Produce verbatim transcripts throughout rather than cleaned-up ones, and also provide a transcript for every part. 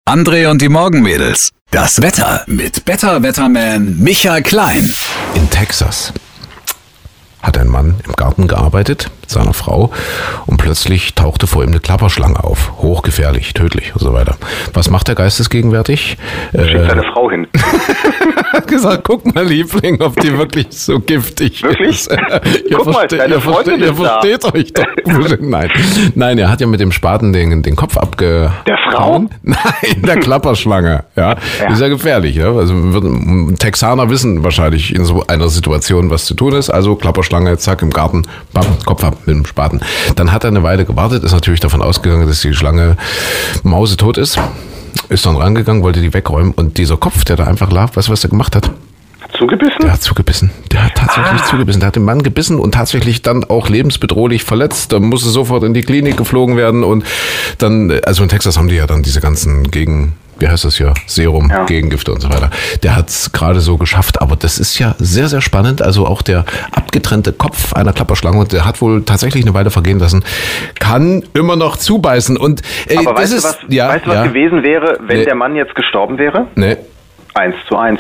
André und die Morgenmädels. Das Wetter mit Better Wetterman Michael Klein. In Texas hat ein Mann im Garten gearbeitet mit seiner Frau und plötzlich tauchte vor ihm eine Klapperschlange auf. Hochgefährlich, tödlich und so weiter. Was macht der geistesgegenwärtig? Schickt äh, seine Frau hin. Hat gesagt, guck mal, Liebling, ob die wirklich so giftig wirklich? ist. ihr guck mal, deine ihr Freundin versteht, ist ihr versteht da. euch doch. Nein. Nein, er hat ja mit dem Spaten den, den Kopf abge... Der Frau? Nein, der Klapperschlange. Ja, ja. Ist ja gefährlich. Ja? Also wird, Texaner wissen wahrscheinlich in so einer Situation, was zu tun ist. Also Klapperschlange, zack, im Garten, bam, Kopf ab mit dem Spaten. Dann hat er eine Weile gewartet, ist natürlich davon ausgegangen, dass die Schlange mausetot ist. Ist dann rangegangen, wollte die wegräumen und dieser Kopf, der da einfach lag, weißt du, was er gemacht hat? Zugebissen? Der hat zugebissen. Der hat tatsächlich ah. zugebissen. Der hat den Mann gebissen und tatsächlich dann auch lebensbedrohlich verletzt. Da musste sofort in die Klinik geflogen werden und dann, also in Texas haben die ja dann diese ganzen Gegen... wie heißt das hier, Serum, ja. Gegengifte und so weiter. Der hat es gerade so geschafft, aber das ist ja sehr, sehr spannend. Also auch der abgetrennte Kopf einer Klapperschlange, der hat wohl tatsächlich eine Weile vergehen lassen, kann immer noch zubeißen. Und, äh, aber das weißt, ist, du, was, ja, weißt du, was ja. gewesen wäre, wenn nee. der Mann jetzt gestorben wäre? Nee. Eins zu eins.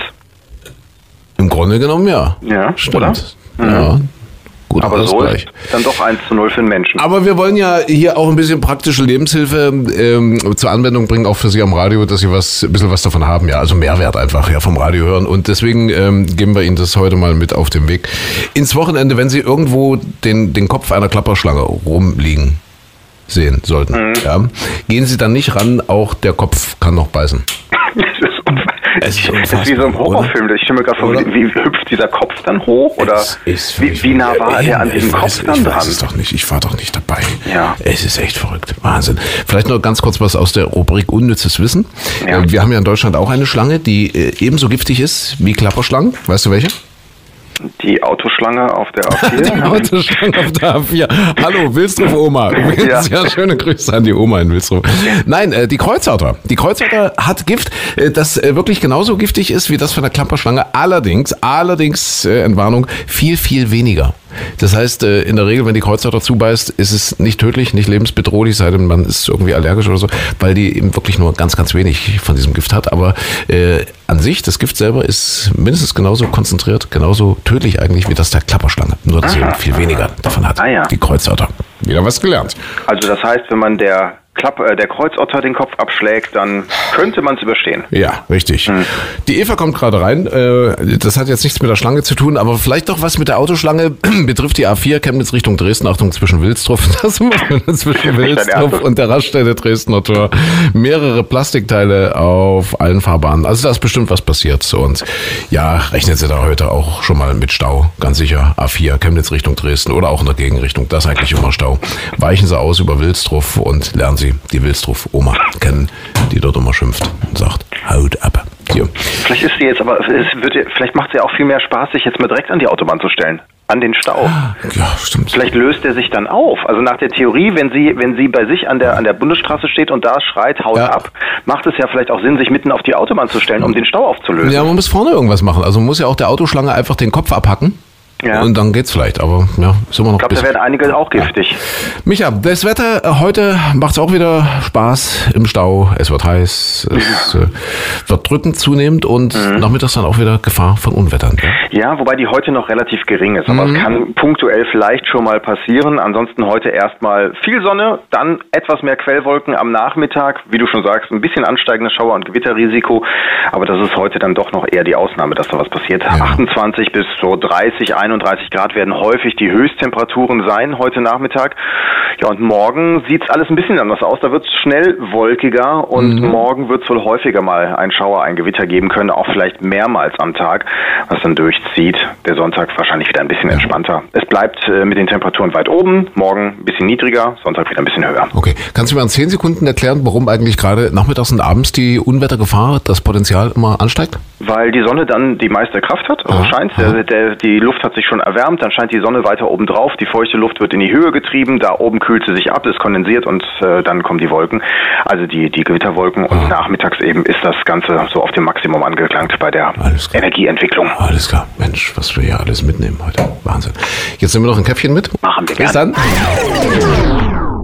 Im Grunde genommen ja. Ja, stimmt. Oder? Mhm. Ja. Gut, aber so ist dann doch eins zu null für den Menschen. Aber wir wollen ja hier auch ein bisschen praktische Lebenshilfe ähm, zur Anwendung bringen, auch für Sie am Radio, dass Sie was, ein bisschen was davon haben. Ja, also Mehrwert einfach ja, vom Radio hören. Und deswegen ähm, geben wir Ihnen das heute mal mit auf den Weg. Ins Wochenende, wenn Sie irgendwo den, den Kopf einer Klapperschlange rumliegen sehen sollten, mhm. ja, gehen Sie dann nicht ran, auch der Kopf kann noch beißen. Es ist, es ist wie so ein Horrorfilm. Ich stelle mir gerade vor, wie, wie hüpft dieser Kopf dann hoch? Oder wie, wie nah war der an diesem Kopf dann dran? Ich weiß es doch nicht. Ich war doch nicht dabei. Ja. Es ist echt verrückt. Wahnsinn. Vielleicht noch ganz kurz was aus der Rubrik Unnützes Wissen. Ja. Wir haben ja in Deutschland auch eine Schlange, die ebenso giftig ist wie Klapperschlangen. Weißt du welche? Die Autoschlange auf der A vier. Die Autoschlange auf der A vier. Hallo, Wilsdruff Oma. Übrigens, ja. ja, schöne Grüße an die Oma in Wilsdruff. Nein, äh, die Kreuzotter. Die Kreuzotter hat Gift, äh, das äh, wirklich genauso giftig ist wie das von der Klapperschlange. Allerdings, allerdings, äh, Entwarnung, viel, viel weniger. Das heißt, äh, in der Regel, wenn die Kreuzotter zubeißt, ist es nicht tödlich, nicht lebensbedrohlich, sei denn man ist irgendwie allergisch oder so, weil die eben wirklich nur ganz, ganz wenig von diesem Gift hat. Aber äh, an sich, das Gift selber ist mindestens genauso konzentriert, genauso tödlich eigentlich wie das der Klapperschlange. Nur, dass sie eben viel weniger davon hat. Ah, ja. Die Kreuzotter. Wieder was gelernt. Also das heißt, wenn man der Klapp, äh, der Kreuzotter den Kopf abschlägt, dann könnte man es überstehen. Ja, richtig. Hm. Die Eva kommt gerade rein. Äh, das hat jetzt nichts mit der Schlange zu tun, aber vielleicht doch was mit der Autoschlange. Betrifft die A vier, Chemnitz Richtung Dresden. Achtung, zwischen Wilsdruff, das zwischen Wilsdruff und der Raststätte Dresdner Tor. Mehrere Plastikteile auf allen Fahrbahnen. Also da ist bestimmt was passiert. Und ja, rechnen Sie da heute auch schon mal mit Stau. Ganz sicher. A vier, Chemnitz Richtung Dresden oder auch in der Gegenrichtung. Das ist eigentlich immer Stau. Weichen Sie aus über Wilsdruff und lernen Sie die Wilsdruff-Oma kennen, die dort immer schimpft und sagt, haut ab. Hier. Vielleicht ist sie jetzt aber, es wird, vielleicht macht es ja auch viel mehr Spaß, sich jetzt mal direkt an die Autobahn zu stellen. An den Stau. Ja, stimmt. Vielleicht löst er sich dann auf. Also nach der Theorie, wenn sie, wenn sie bei sich an der, an der Bundesstraße steht und da schreit, haut ja. ab, macht es ja vielleicht auch Sinn, sich mitten auf die Autobahn zu stellen, um den Stau aufzulösen. Ja, man muss vorne irgendwas machen. Also man muss ja auch der Autoschlange einfach den Kopf abhacken. Ja. Und dann geht's vielleicht, aber ja, ist immer noch. Ich glaube, da werden einige auch giftig. Ja. Micha, das Wetter heute macht's auch wieder Spaß im Stau. Es wird heiß, es ja. äh, wird drückend zunehmend und mhm. nachmittags dann auch wieder Gefahr von Unwettern. Ja, ja, wobei die heute noch relativ gering ist, aber mhm. es kann punktuell vielleicht schon mal passieren. Ansonsten heute erstmal viel Sonne, dann etwas mehr Quellwolken am Nachmittag, wie du schon sagst, ein bisschen ansteigendes Schauer- und Gewitterrisiko, aber das ist heute dann doch noch eher die Ausnahme, dass da was passiert. Ja. achtundzwanzig bis so dreißig, einunddreißig Grad werden häufig die Höchsttemperaturen sein heute Nachmittag. Ja, und morgen sieht's alles ein bisschen anders aus. Da wird's schnell wolkiger und mhm. morgen wird's wohl häufiger mal ein Schauer, ein Gewitter geben können, auch vielleicht mehrmals am Tag, was dann durchzieht. Der Sonntag wahrscheinlich wieder ein bisschen entspannter. Es bleibt äh, mit den Temperaturen weit oben, morgen ein bisschen niedriger, Sonntag wieder ein bisschen höher. Okay. Kannst du mir in zehn Sekunden erklären, warum eigentlich gerade nachmittags und abends die Unwettergefahr, das Potenzial immer ansteigt? Weil die Sonne dann die meiste Kraft hat, also scheint. Der, der, die Luft hat sich schon erwärmt, dann scheint die Sonne weiter oben drauf, die feuchte Luft wird in die Höhe getrieben, da oben kühlt sie sich ab, es kondensiert und äh, dann kommen die Wolken, also die, die Gewitterwolken und ah. nachmittags eben ist das Ganze so auf dem Maximum angelangt bei der Energieentwicklung. Alles klar, Mensch, was wir hier alles mitnehmen heute, Wahnsinn. Jetzt nehmen wir noch ein Käffchen mit. Machen wir Bis gerne. dann.